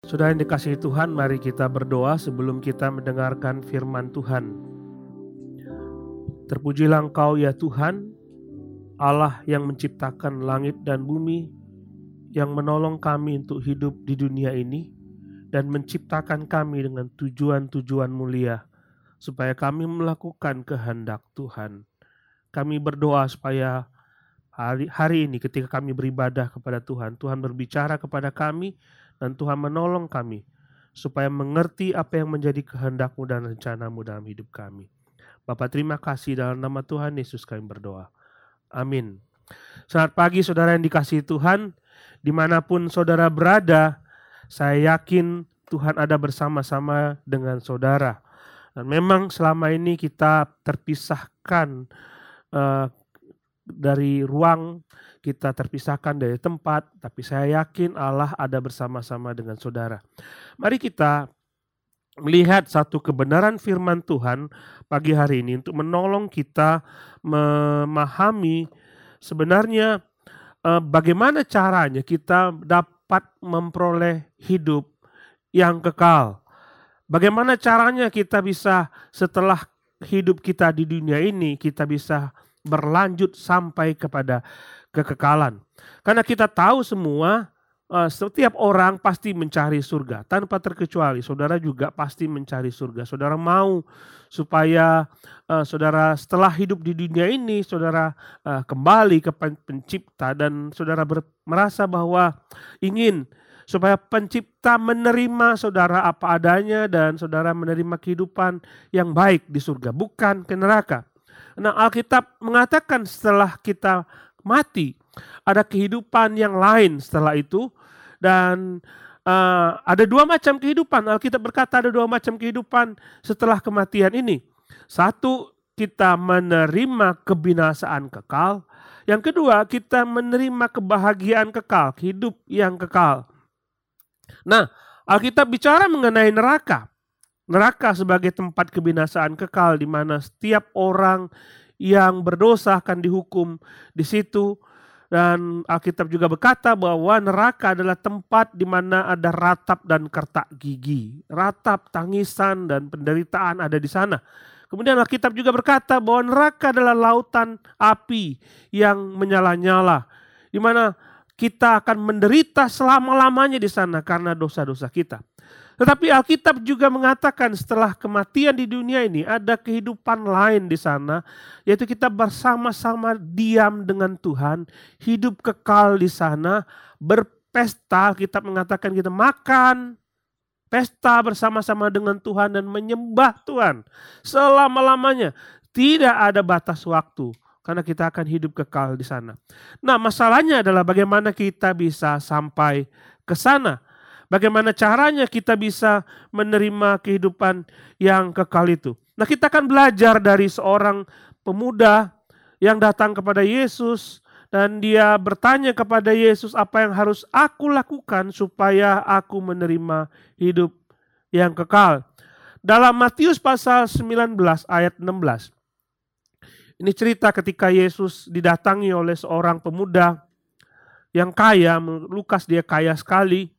Saudara yang dikasihi Tuhan, mari kita berdoa sebelum kita mendengarkan firman Tuhan. Terpujilah Engkau ya Tuhan, Allah yang menciptakan langit dan bumi, yang menolong kami untuk hidup di dunia ini, dan menciptakan kami dengan tujuan-tujuan mulia, supaya kami melakukan kehendak Tuhan. Kami berdoa supaya hari ini ketika kami beribadah kepada Tuhan, Tuhan berbicara kepada kami, dan Tuhan menolong kami supaya mengerti apa yang menjadi kehendak-Mu dan rencana-Mu dalam hidup kami. Bapa, terima kasih, dalam nama Tuhan Yesus kami berdoa. Amin. Selamat pagi saudara yang dikasihi Tuhan. Dimanapun saudara berada, saya yakin Tuhan ada bersama-sama dengan saudara. Dan memang selama ini kita terpisahkan dari ruang, kita terpisahkan dari tempat, tapi saya yakin Allah ada bersama-sama dengan saudara. Mari kita melihat satu kebenaran firman Tuhan pagi hari ini untuk menolong kita memahami sebenarnya bagaimana caranya kita dapat memperoleh hidup yang kekal. Bagaimana caranya kita bisa setelah hidup kita di dunia ini, kita bisa berlanjut sampai kepada kekekalan. Karena kita tahu semua, setiap orang pasti mencari surga. Tanpa terkecuali, saudara juga pasti mencari surga. Saudara mau supaya saudara setelah hidup di dunia ini, saudara kembali ke pencipta, dan saudara merasa bahwa ingin supaya pencipta menerima saudara apa adanya, dan saudara menerima kehidupan yang baik di surga, bukan ke neraka. Nah, Alkitab mengatakan setelah kita mati, ada kehidupan yang lain setelah itu, dan ada dua macam kehidupan. Alkitab berkata ada dua macam kehidupan setelah kematian ini. Satu, kita menerima kebinasaan kekal. Yang kedua, kita menerima kebahagiaan kekal, hidup yang kekal. Nah, Alkitab bicara mengenai neraka. Neraka sebagai tempat kebinasaan kekal, di mana setiap orang yang berdosa akan dihukum di situ. Dan Alkitab juga berkata bahwa neraka adalah tempat di mana ada ratap dan kertak gigi. Ratap, tangisan, dan penderitaan ada di sana. Kemudian Alkitab juga berkata bahwa neraka adalah lautan api yang menyala-nyala, di mana kita akan menderita selama-lamanya di sana karena dosa-dosa kita. Tetapi Alkitab juga mengatakan setelah kematian di dunia ini ada kehidupan lain di sana, yaitu kita bersama-sama diam dengan Tuhan, hidup kekal di sana, berpesta. Alkitab mengatakan kita makan, pesta bersama-sama dengan Tuhan dan menyembah Tuhan selama-lamanya. Tidak ada batas waktu, karena kita akan hidup kekal di sana. Nah, masalahnya adalah bagaimana kita bisa sampai ke sana. Bagaimana caranya kita bisa menerima kehidupan yang kekal itu. Nah, kita akan belajar dari seorang pemuda yang datang kepada Yesus, dan dia bertanya kepada Yesus, apa yang harus aku lakukan supaya aku menerima hidup yang kekal. Dalam Matius pasal 19 ayat 16. Ini cerita ketika Yesus didatangi oleh seorang pemuda yang kaya. Lukas dia kaya sekali.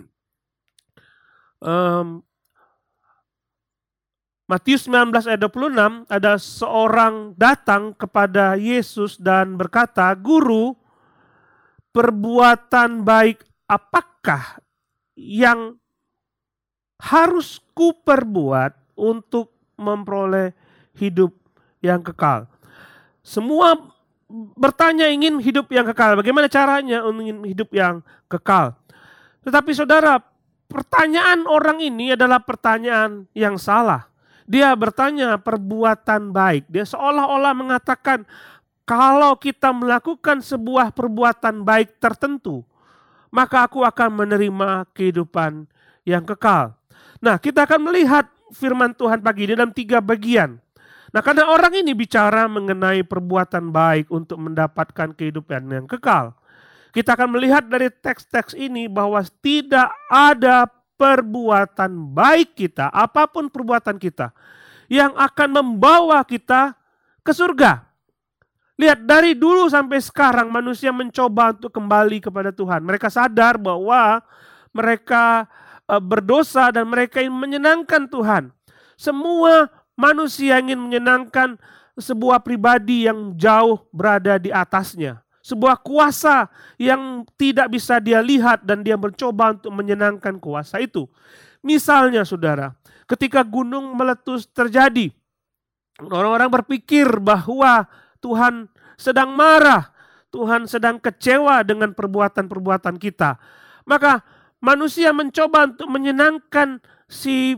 Matius 19 ayat 26, ada seorang datang kepada Yesus dan berkata, "Guru, perbuatan baik apakah yang harus kuperbuat untuk memperoleh hidup yang kekal?" Semua bertanya ingin hidup yang kekal. Bagaimana caranya ingin hidup yang kekal? Tetapi saudara, pertanyaan orang ini adalah pertanyaan yang salah. Dia bertanya perbuatan baik. Dia seolah-olah mengatakan kalau kita melakukan sebuah perbuatan baik tertentu, maka aku akan menerima kehidupan yang kekal. Nah, kita akan melihat firman Tuhan pagi ini dalam 3 bagian. Nah, karena orang ini bicara mengenai perbuatan baik untuk mendapatkan kehidupan yang kekal, kita akan melihat dari teks-teks ini bahwa tidak ada perbuatan baik kita, apapun perbuatan kita, yang akan membawa kita ke surga. Lihat, dari dulu sampai sekarang manusia mencoba untuk kembali kepada Tuhan. Mereka sadar bahwa mereka berdosa dan mereka ingin menyenangkan Tuhan. Semua manusia ingin menyenangkan sebuah pribadi yang jauh berada di atasnya. Sebuah kuasa yang tidak bisa dia lihat dan dia mencoba untuk menyenangkan kuasa itu. Misalnya saudara, ketika gunung meletus terjadi, orang-orang berpikir bahwa Tuhan sedang marah, Tuhan sedang kecewa dengan perbuatan-perbuatan kita. Maka manusia mencoba untuk menyenangkan si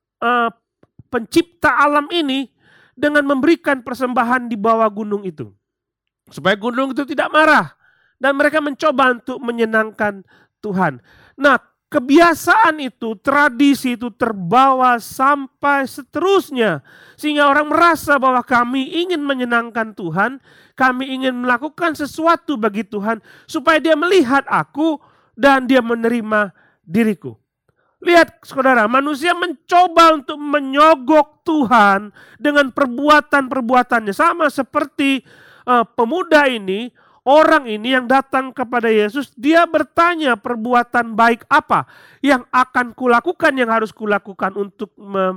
pencipta alam ini dengan memberikan persembahan di bawah gunung itu. Supaya gunung itu tidak marah. Dan mereka mencoba untuk menyenangkan Tuhan. Nah, kebiasaan itu, tradisi itu terbawa sampai seterusnya. Sehingga orang merasa bahwa kami ingin menyenangkan Tuhan, kami ingin melakukan sesuatu bagi Tuhan, supaya dia melihat aku dan dia menerima diriku. Lihat saudara, manusia mencoba untuk menyogok Tuhan dengan perbuatan-perbuatannya. Sama seperti pemuda ini, orang ini yang datang kepada Yesus, dia bertanya perbuatan baik apa yang akan kulakukan, yang harus kulakukan untuk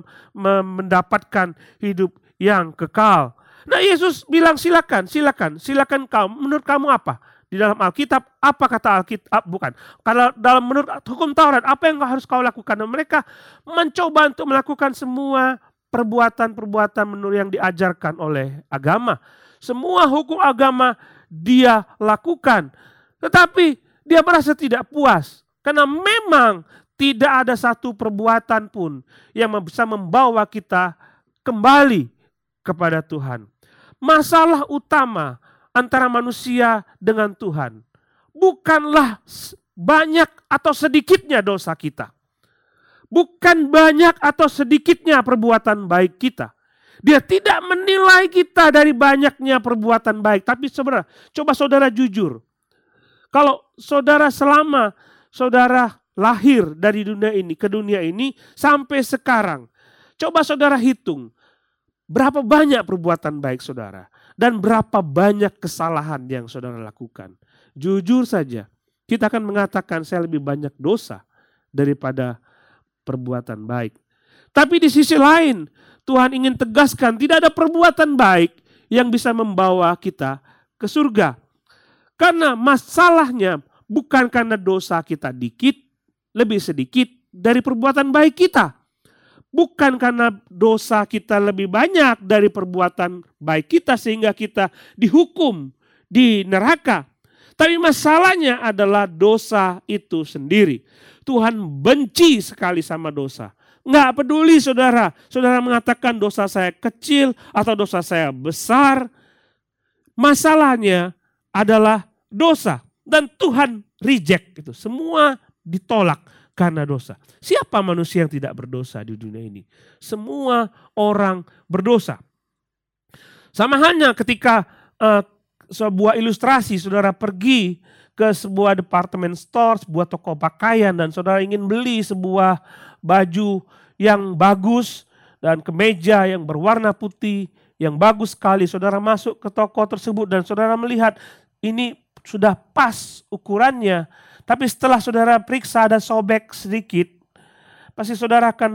mendapatkan hidup yang kekal. Nah Yesus bilang silakan kau, menurut kamu apa? Di dalam Alkitab, apa kata Alkitab? Bukan. Kalau dalam menurut hukum Taurat, apa yang harus kau lakukan? Dan mereka mencoba untuk melakukan semua perbuatan-perbuatan menurut yang diajarkan oleh agama. Semua hukum agama dia lakukan. Tetapi dia merasa tidak puas. Karena memang tidak ada satu perbuatan pun yang bisa membawa kita kembali kepada Tuhan. Masalah utama antara manusia dengan Tuhan bukanlah banyak atau sedikitnya dosa kita. Bukan banyak atau sedikitnya perbuatan baik kita. Dia tidak menilai kita dari banyaknya perbuatan baik. Tapi sebenarnya, coba saudara jujur. Kalau saudara selama saudara lahir dari dunia ini ke dunia ini sampai sekarang, coba saudara hitung berapa banyak perbuatan baik saudara dan berapa banyak kesalahan yang saudara lakukan. Jujur saja, kita akan mengatakan saya lebih banyak dosa daripada perbuatan baik. Tapi di sisi lain, Tuhan ingin tegaskan tidak ada perbuatan baik yang bisa membawa kita ke surga. Karena masalahnya bukan karena dosa kita dikit, lebih sedikit dari perbuatan baik kita. Bukan karena dosa kita lebih banyak dari perbuatan baik kita sehingga kita dihukum di neraka. Tapi masalahnya adalah dosa itu sendiri. Tuhan benci sekali sama dosa. Nggak peduli saudara mengatakan dosa saya kecil atau dosa saya besar. Masalahnya adalah dosa. Dan Tuhan reject itu. Semua ditolak karena dosa. Siapa manusia yang tidak berdosa di dunia ini? Semua orang berdosa. Sama halnya ketika sebuah ilustrasi saudara pergi ke sebuah department store, sebuah toko pakaian dan saudara ingin beli sebuah baju yang bagus dan kemeja yang berwarna putih yang bagus sekali. Saudara masuk ke toko tersebut dan saudara melihat ini sudah pas ukurannya. Tapi setelah saudara periksa ada sobek sedikit, pasti saudara akan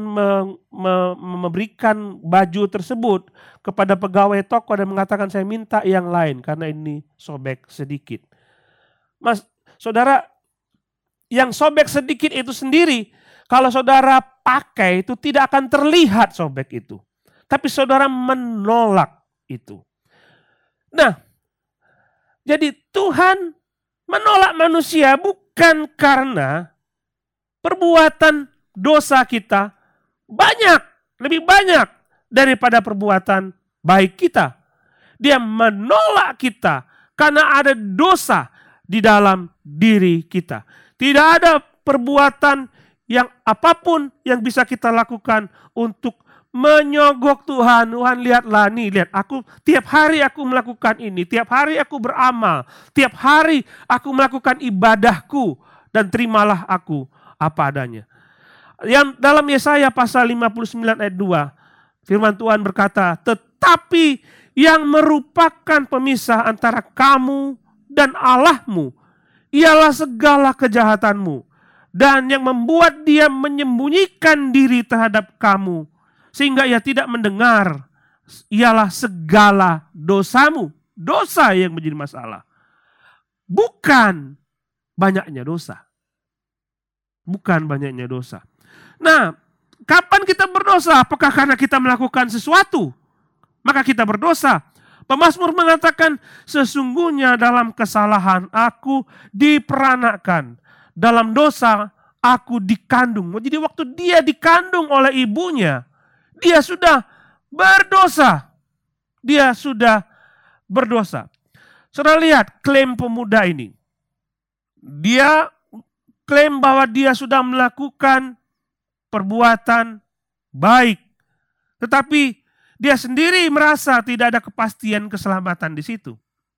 memberikan baju tersebut kepada pegawai toko dan mengatakan saya minta yang lain karena ini sobek sedikit. Mas, saudara, yang sobek sedikit itu sendiri, kalau saudara pakai itu tidak akan terlihat sobek itu. Tapi saudara menolak itu. Nah, jadi Tuhan menolak manusia bukan karena perbuatan dosa kita banyak, lebih banyak daripada perbuatan baik kita. Dia menolak kita karena ada dosa di dalam diri kita. Tidak ada perbuatan yang apapun yang bisa kita lakukan untuk menyogok Tuhan. Tuhan lihatlah nih, lihat aku tiap hari aku melakukan ini, tiap hari aku beramal, tiap hari aku melakukan ibadahku dan terimalah aku apa adanya. Yang dalam Yesaya pasal 59 ayat 2, firman Tuhan berkata, tetapi yang merupakan pemisah antara kamu dan Allahmu ialah segala kejahatanmu dan yang membuat dia menyembunyikan diri terhadap kamu sehingga ia tidak mendengar ialah segala dosamu. Dosa yang menjadi masalah, bukan banyaknya dosa. Bukan banyaknya dosa. Nah, kapan kita berdosa? Apakah karena kita melakukan sesuatu maka kita berdosa? Pemazmur mengatakan, sesungguhnya dalam kesalahan aku diperanakkan, dalam dosa aku dikandung. Jadi waktu dia dikandung oleh ibunya, dia sudah berdosa. Dia sudah berdosa. Saudara lihat klaim pemuda ini. Dia klaim bahwa dia sudah melakukan perbuatan baik. Tetapi dia sendiri merasa tidak ada kepastian keselamatan di situ.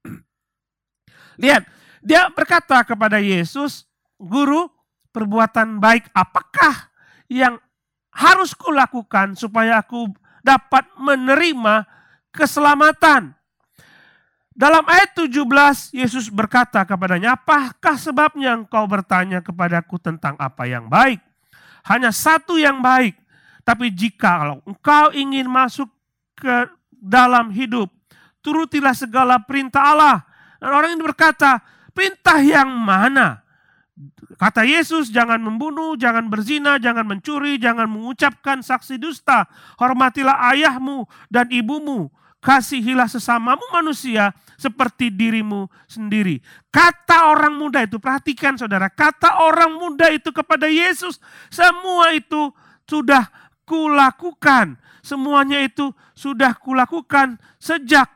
Lihat, dia berkata kepada Yesus, Guru, perbuatan baik apakah yang harus kulakukan supaya aku dapat menerima keselamatan? Dalam ayat 17, Yesus berkata kepadanya, apakah sebabnya engkau bertanya kepadaku tentang apa yang baik? Hanya satu yang baik. Tapi jika kalau engkau ingin masuk ke dalam hidup, turutilah segala perintah Allah. Dan orang ini berkata, perintah yang mana? Kata Yesus, jangan membunuh, jangan berzina, jangan mencuri, jangan mengucapkan saksi dusta. Hormatilah ayahmu dan ibumu. Kasihilah sesamamu manusia seperti dirimu sendiri. Kata orang muda itu, perhatikan saudara, kata orang muda itu kepada Yesus, semua itu sudah kulakukan. Semuanya itu sudah kulakukan sejak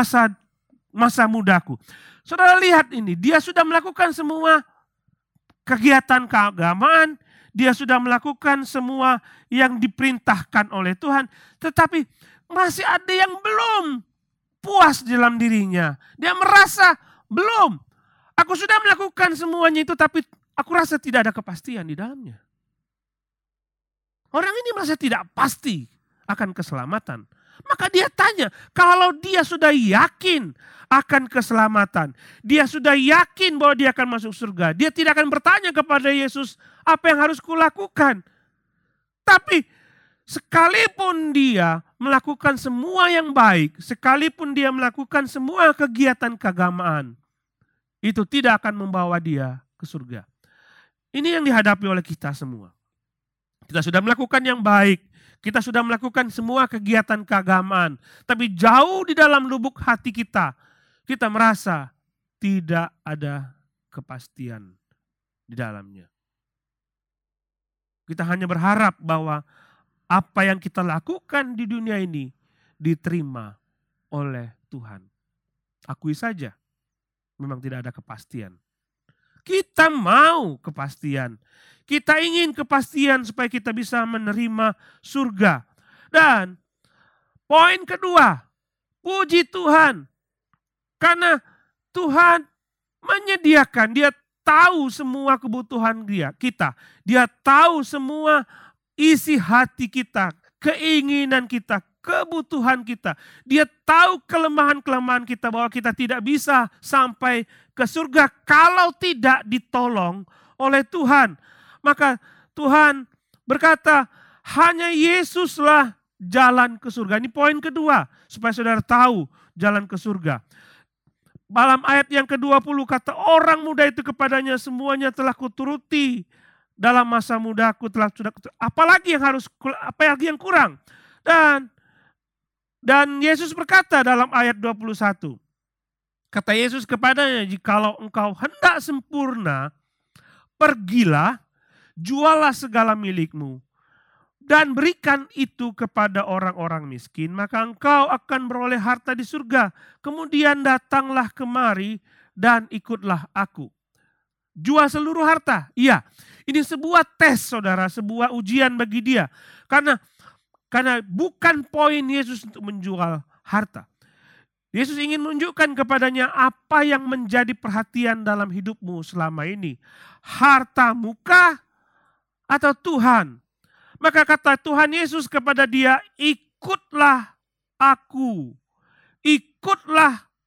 masa mudaku. Saudara lihat ini, dia sudah melakukan semua kegiatan keagamaan, dia sudah melakukan semua yang diperintahkan oleh Tuhan, tetapi masih ada yang belum puas dalam dirinya. Dia merasa belum. Aku sudah melakukan semuanya itu, tapi aku rasa tidak ada kepastian di dalamnya. Orang ini merasa tidak pasti akan keselamatan. Maka dia tanya, kalau dia sudah yakin akan keselamatan, dia sudah yakin bahwa dia akan masuk surga, dia tidak akan bertanya kepada Yesus, apa yang harus kulakukan? Tapi sekalipun dia melakukan semua yang baik, sekalipun dia melakukan semua kegiatan keagamaan, itu tidak akan membawa dia ke surga. Ini yang dihadapi oleh kita semua. Kita sudah melakukan yang baik, kita sudah melakukan semua kegiatan keagamaan, tapi jauh di dalam lubuk hati kita merasa tidak ada kepastian di dalamnya. Kita hanya berharap bahwa apa yang kita lakukan di dunia ini diterima oleh Tuhan. Akui saja, memang tidak ada kepastian. Kita mau kepastian. Kita ingin kepastian supaya kita bisa menerima surga. Dan poin kedua, puji Tuhan. Karena Tuhan menyediakan, dia tahu semua kebutuhan kita. Dia tahu semua isi hati kita, keinginan kita, kebutuhan kita. Dia tahu kelemahan-kelemahan kita bahwa kita tidak bisa sampai ke surga kalau tidak ditolong oleh Tuhan. Maka Tuhan berkata, hanya Yesuslah jalan ke surga. Ini poin kedua, supaya saudara tahu jalan ke surga. Dalam ayat yang ke-20 kata orang muda itu kepadanya, semuanya telah kuturuti dalam masa mudaku telah sudah kuturuti. Apalagi yang kurang? Dan Yesus berkata dalam ayat 21. Kata Yesus kepadanya, jikalau engkau hendak sempurna, pergilah, jualah segala milikmu, dan berikan itu kepada orang-orang miskin, maka engkau akan beroleh harta di surga. Kemudian datanglah kemari dan ikutlah aku. Jual seluruh harta. Iya, ini sebuah tes saudara, sebuah ujian bagi dia. Karena bukan poin Yesus untuk menjual harta. Yesus ingin menunjukkan kepadanya apa yang menjadi perhatian dalam hidupmu selama ini. Hartamu kah atau Tuhan? Maka kata Tuhan Yesus kepada dia, ikutlah aku. Ikutlah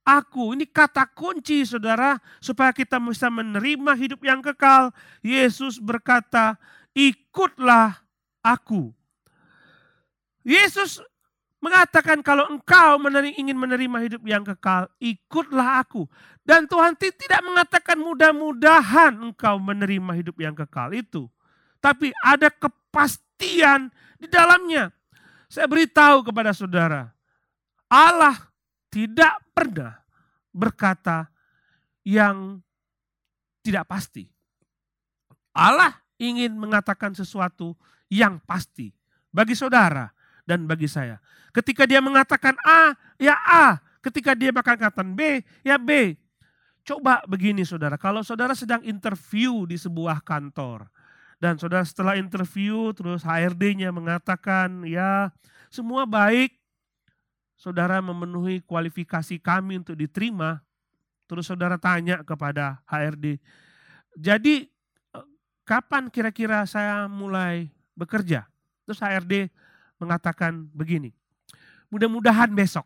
aku. Ini kata kunci saudara, supaya kita bisa menerima hidup yang kekal. Yesus berkata, ikutlah aku. Yesus mengatakan kalau engkau ingin menerima hidup yang kekal, ikutlah aku. Dan Tuhan tidak mengatakan mudah-mudahan engkau menerima hidup yang kekal itu. Tapi ada kepastian di dalamnya. Saya beritahu kepada saudara, Allah tidak pernah berkata yang tidak pasti. Allah ingin mengatakan sesuatu yang pasti bagi saudara dan bagi saya. Ketika dia mengatakan A, ya A. Ketika dia mengatakan B, ya B. Coba begini saudara, kalau saudara sedang interview di sebuah kantor. Dan saudara setelah interview terus HRD-nya mengatakan ya semua baik. Saudara memenuhi kualifikasi kami untuk diterima. Terus saudara tanya kepada HRD, jadi kapan kira-kira saya mulai bekerja? Terus HRD mengatakan begini, mudah-mudahan besok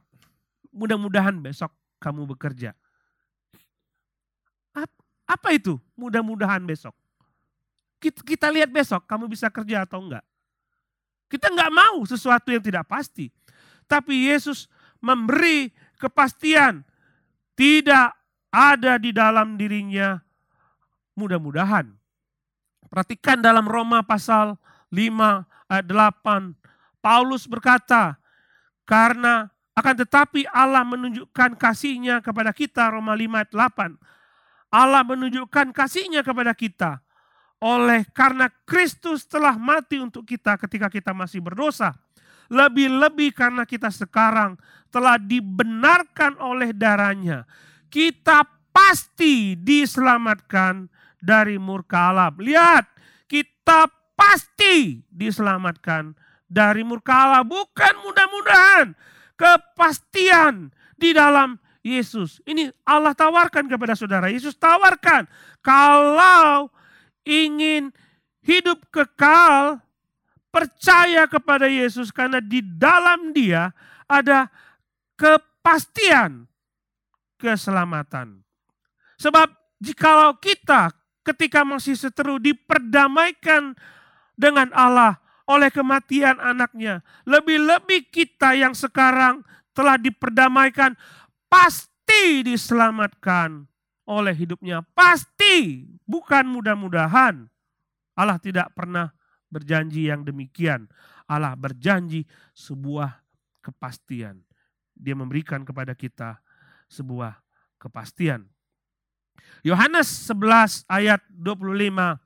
kamu bekerja. Apa itu mudah-mudahan besok? Kita lihat besok kamu bisa kerja atau enggak. Kita enggak mau sesuatu yang tidak pasti. Tapi Yesus memberi kepastian. Tidak ada di dalam dirinya mudah-mudahan. Perhatikan dalam Roma pasal 5 ayat 8. Paulus berkata, karena akan tetapi Allah menunjukkan kasih-Nya kepada kita, Roma 5 ayat 8. Allah menunjukkan kasih-Nya kepada kita. Karena Kristus telah mati untuk kita ketika kita masih berdosa. Lebih-lebih karena kita sekarang telah dibenarkan oleh darah-Nya. Kita pasti diselamatkan dari murka Allah. Lihat, kita pasti diselamatkan dari murka Allah. Bukan mudah-mudahan. Kepastian di dalam Yesus. Ini Allah tawarkan kepada saudara. Yesus tawarkan. Kalau ingin hidup kekal, percaya kepada Yesus karena di dalam Dia ada kepastian keselamatan. Sebab jikalau kita ketika masih seteru diperdamaikan dengan Allah oleh kematian anaknya, lebih-lebih kita yang sekarang telah diperdamaikan pasti diselamatkan oleh hidupnya. Pasti, bukan mudah-mudahan. Allah tidak pernah berjanji yang demikian. Allah berjanji sebuah kepastian. Dia memberikan kepada kita sebuah kepastian. Yohanes 11 ayat 25.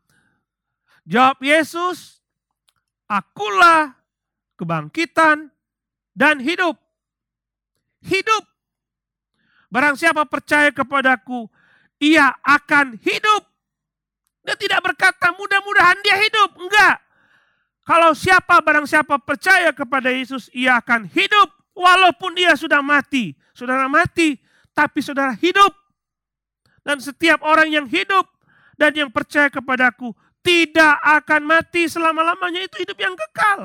Jawab Yesus, akulah kebangkitan dan hidup. Hidup. Barang siapa percaya kepadaku, ia akan hidup. Dia tidak berkata mudah-mudahan dia hidup. Enggak. Kalau barang siapa percaya kepada Yesus, ia akan hidup. Walaupun dia sudah mati. Saudara mati, tapi saudara hidup. Dan setiap orang yang hidup dan yang percaya kepadaku tidak akan mati selama-lamanya. Itu hidup yang kekal.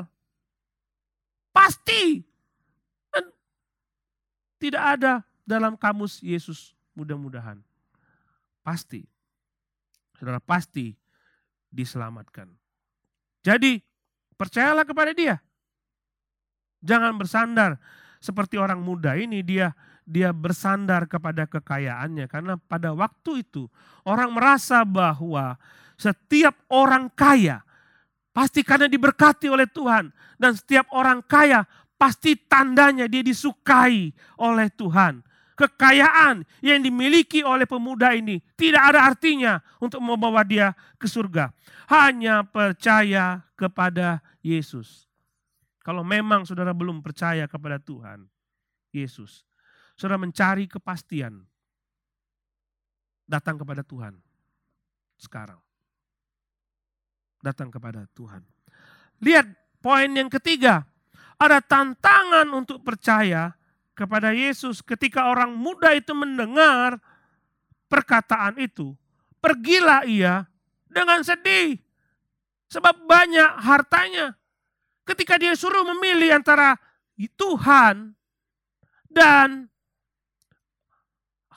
Pasti. Dan tidak ada dalam kamus Yesus mudah-mudahan. Pasti. Saudara pasti diselamatkan. Jadi percayalah kepada Dia. Jangan bersandar seperti orang muda ini, dia bersandar kepada kekayaannya. Karena pada waktu itu orang merasa bahwa setiap orang kaya pasti karena diberkati oleh Tuhan. Dan setiap orang kaya pasti tandanya dia disukai oleh Tuhan. Kekayaan yang dimiliki oleh pemuda ini tidak ada artinya untuk membawa dia ke surga. Hanya percaya kepada Yesus. Kalau memang saudara belum percaya kepada Tuhan Yesus, saudara mencari kepastian, datang kepada Tuhan sekarang. Datang kepada Tuhan. Lihat poin yang ketiga, ada tantangan untuk percaya kepada Yesus. Ketika orang muda itu mendengar perkataan itu, pergilah ia dengan sedih. Sebab banyak hartanya. Ketika dia suruh memilih antara Tuhan dan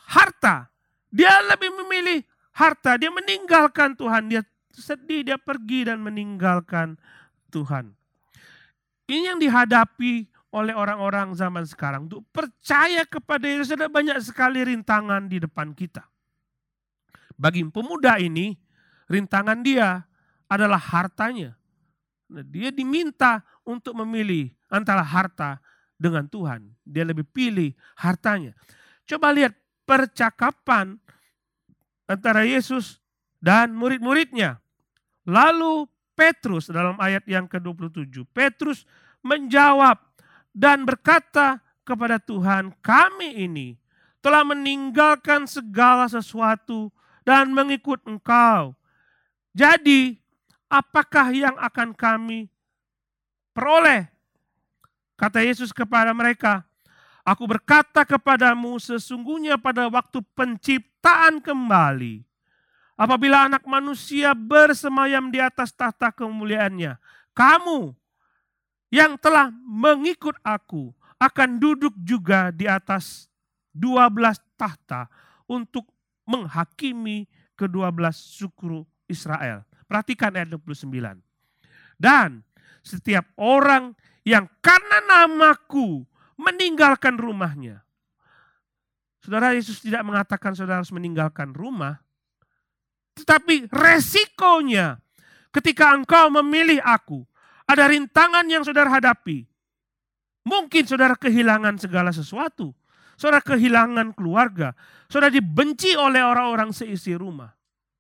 harta. Dia lebih memilih harta. Dia meninggalkan Tuhan. Dia sedih, dia pergi dan meninggalkan Tuhan. Ini yang dihadapi oleh orang-orang zaman sekarang. Untuk percaya kepada Yesus ada banyak sekali rintangan di depan kita. Bagi pemuda ini, rintangan dia adalah hartanya. Nah, dia diminta untuk memilih antara harta dengan Tuhan. Dia lebih pilih hartanya. Coba lihat percakapan antara Yesus dan murid-muridnya. Lalu Petrus dalam ayat yang ke-27. Petrus menjawab dan berkata kepada Tuhan, kami ini telah meninggalkan segala sesuatu dan mengikut Engkau. Jadi, apakah yang akan kami peroleh? Kata Yesus kepada mereka, aku berkata kepadamu sesungguhnya pada waktu penciptaan kembali, apabila Anak Manusia bersemayam di atas tahta kemuliaannya, kamu yang telah mengikut aku akan duduk juga di atas 12 tahta untuk menghakimi ke-12 suku Israel. Perhatikan ayat 29. Dan setiap orang yang karena namaku meninggalkan rumahnya. Saudara, Yesus tidak mengatakan saudara harus meninggalkan rumah. Tetapi resikonya ketika engkau memilih aku, ada rintangan yang saudara hadapi. Mungkin saudara kehilangan segala sesuatu. Saudara kehilangan keluarga. Saudara dibenci oleh orang-orang seisi rumah.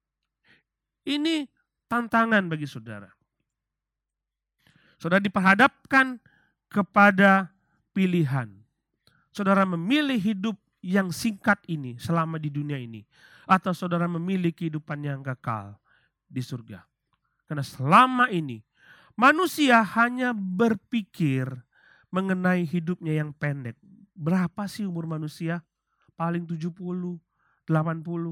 Ini tantangan bagi saudara. Saudara diperhadapkan kepada pilihan. Saudara memilih hidup yang singkat ini selama di dunia ini. Atau saudara memilih kehidupan yang kekal di surga. Karena selama ini manusia hanya berpikir mengenai hidupnya yang pendek. Berapa sih umur manusia? Paling 70, 80, 90.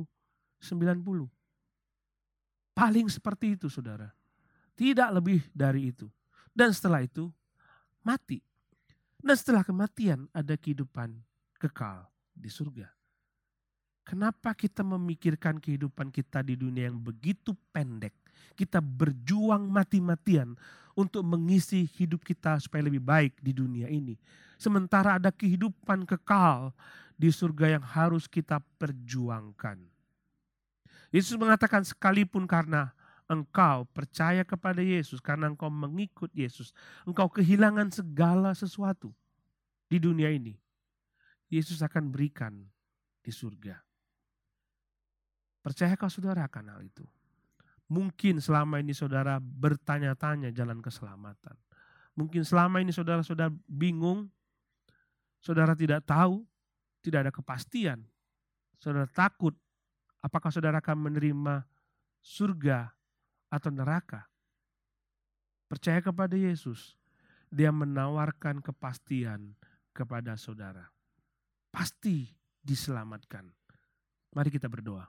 Paling seperti itu saudara. Tidak lebih dari itu. Dan setelah itu mati. Dan setelah kematian ada kehidupan kekal di surga. Kenapa kita memikirkan kehidupan kita di dunia yang begitu pendek? Kita berjuang mati-matian untuk mengisi hidup kita supaya lebih baik di dunia ini. Sementara ada kehidupan kekal di surga yang harus kita perjuangkan. Yesus mengatakan sekalipun karena engkau percaya kepada Yesus, karena engkau mengikut Yesus, engkau kehilangan segala sesuatu di dunia ini. Yesus akan berikan di surga. Percayakah saudara akan hal itu? Mungkin selama ini saudara bertanya-tanya jalan keselamatan. Mungkin selama ini saudara bingung, saudara tidak tahu, tidak ada kepastian. Saudara takut apakah saudara akan menerima surga atau neraka. Percaya kepada Yesus, Dia menawarkan kepastian kepada saudara. Pasti diselamatkan. Mari kita berdoa.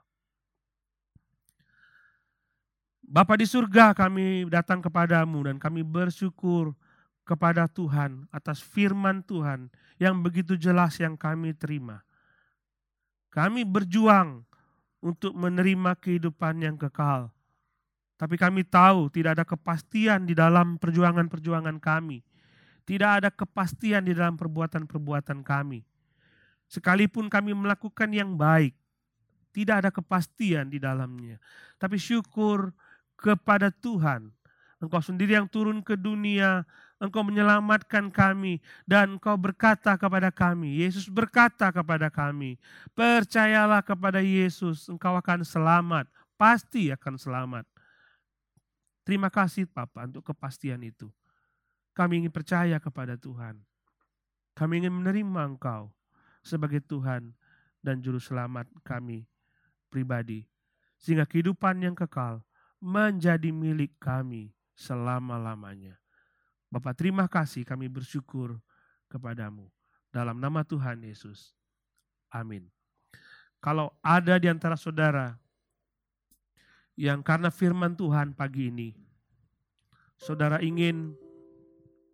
Bapa di surga, kami datang kepadamu dan kami bersyukur kepada Tuhan atas firman Tuhan yang begitu jelas yang kami terima. Kami berjuang untuk menerima kehidupan yang kekal. Tapi kami tahu tidak ada kepastian di dalam perjuangan-perjuangan kami. Tidak ada kepastian di dalam perbuatan-perbuatan kami. Sekalipun kami melakukan yang baik, tidak ada kepastian di dalamnya. Tapi syukur kepada Tuhan. Engkau sendiri yang turun ke dunia, Engkau menyelamatkan kami, dan Engkau berkata kepada kami, Yesus berkata kepada kami, percayalah kepada Yesus, engkau akan selamat, pasti akan selamat. Terima kasih Bapa untuk kepastian itu. Kami ingin percaya kepada Tuhan. Kami ingin menerima Engkau sebagai Tuhan dan Juru Selamat kami pribadi. Sehingga kehidupan yang kekal menjadi milik kami selama-lamanya. Bapa, terima kasih, kami bersyukur kepadamu. Dalam nama Tuhan Yesus. Amin. Kalau ada di antara saudara yang karena firman Tuhan pagi ini, saudara ingin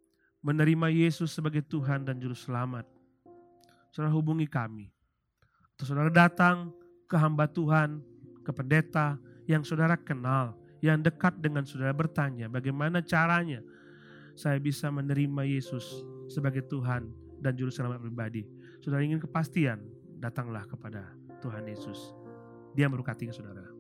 menerima Yesus sebagai Tuhan dan Juru Selamat, saudara hubungi kami. Atau saudara datang ke hamba Tuhan, ke pendeta yang saudara kenal, yang dekat dengan saudara, bertanya bagaimana caranya saya bisa menerima Yesus sebagai Tuhan dan Juru Selamat pribadi. Saudara ingin kepastian, datanglah kepada Tuhan Yesus. Dia memberkati saudara.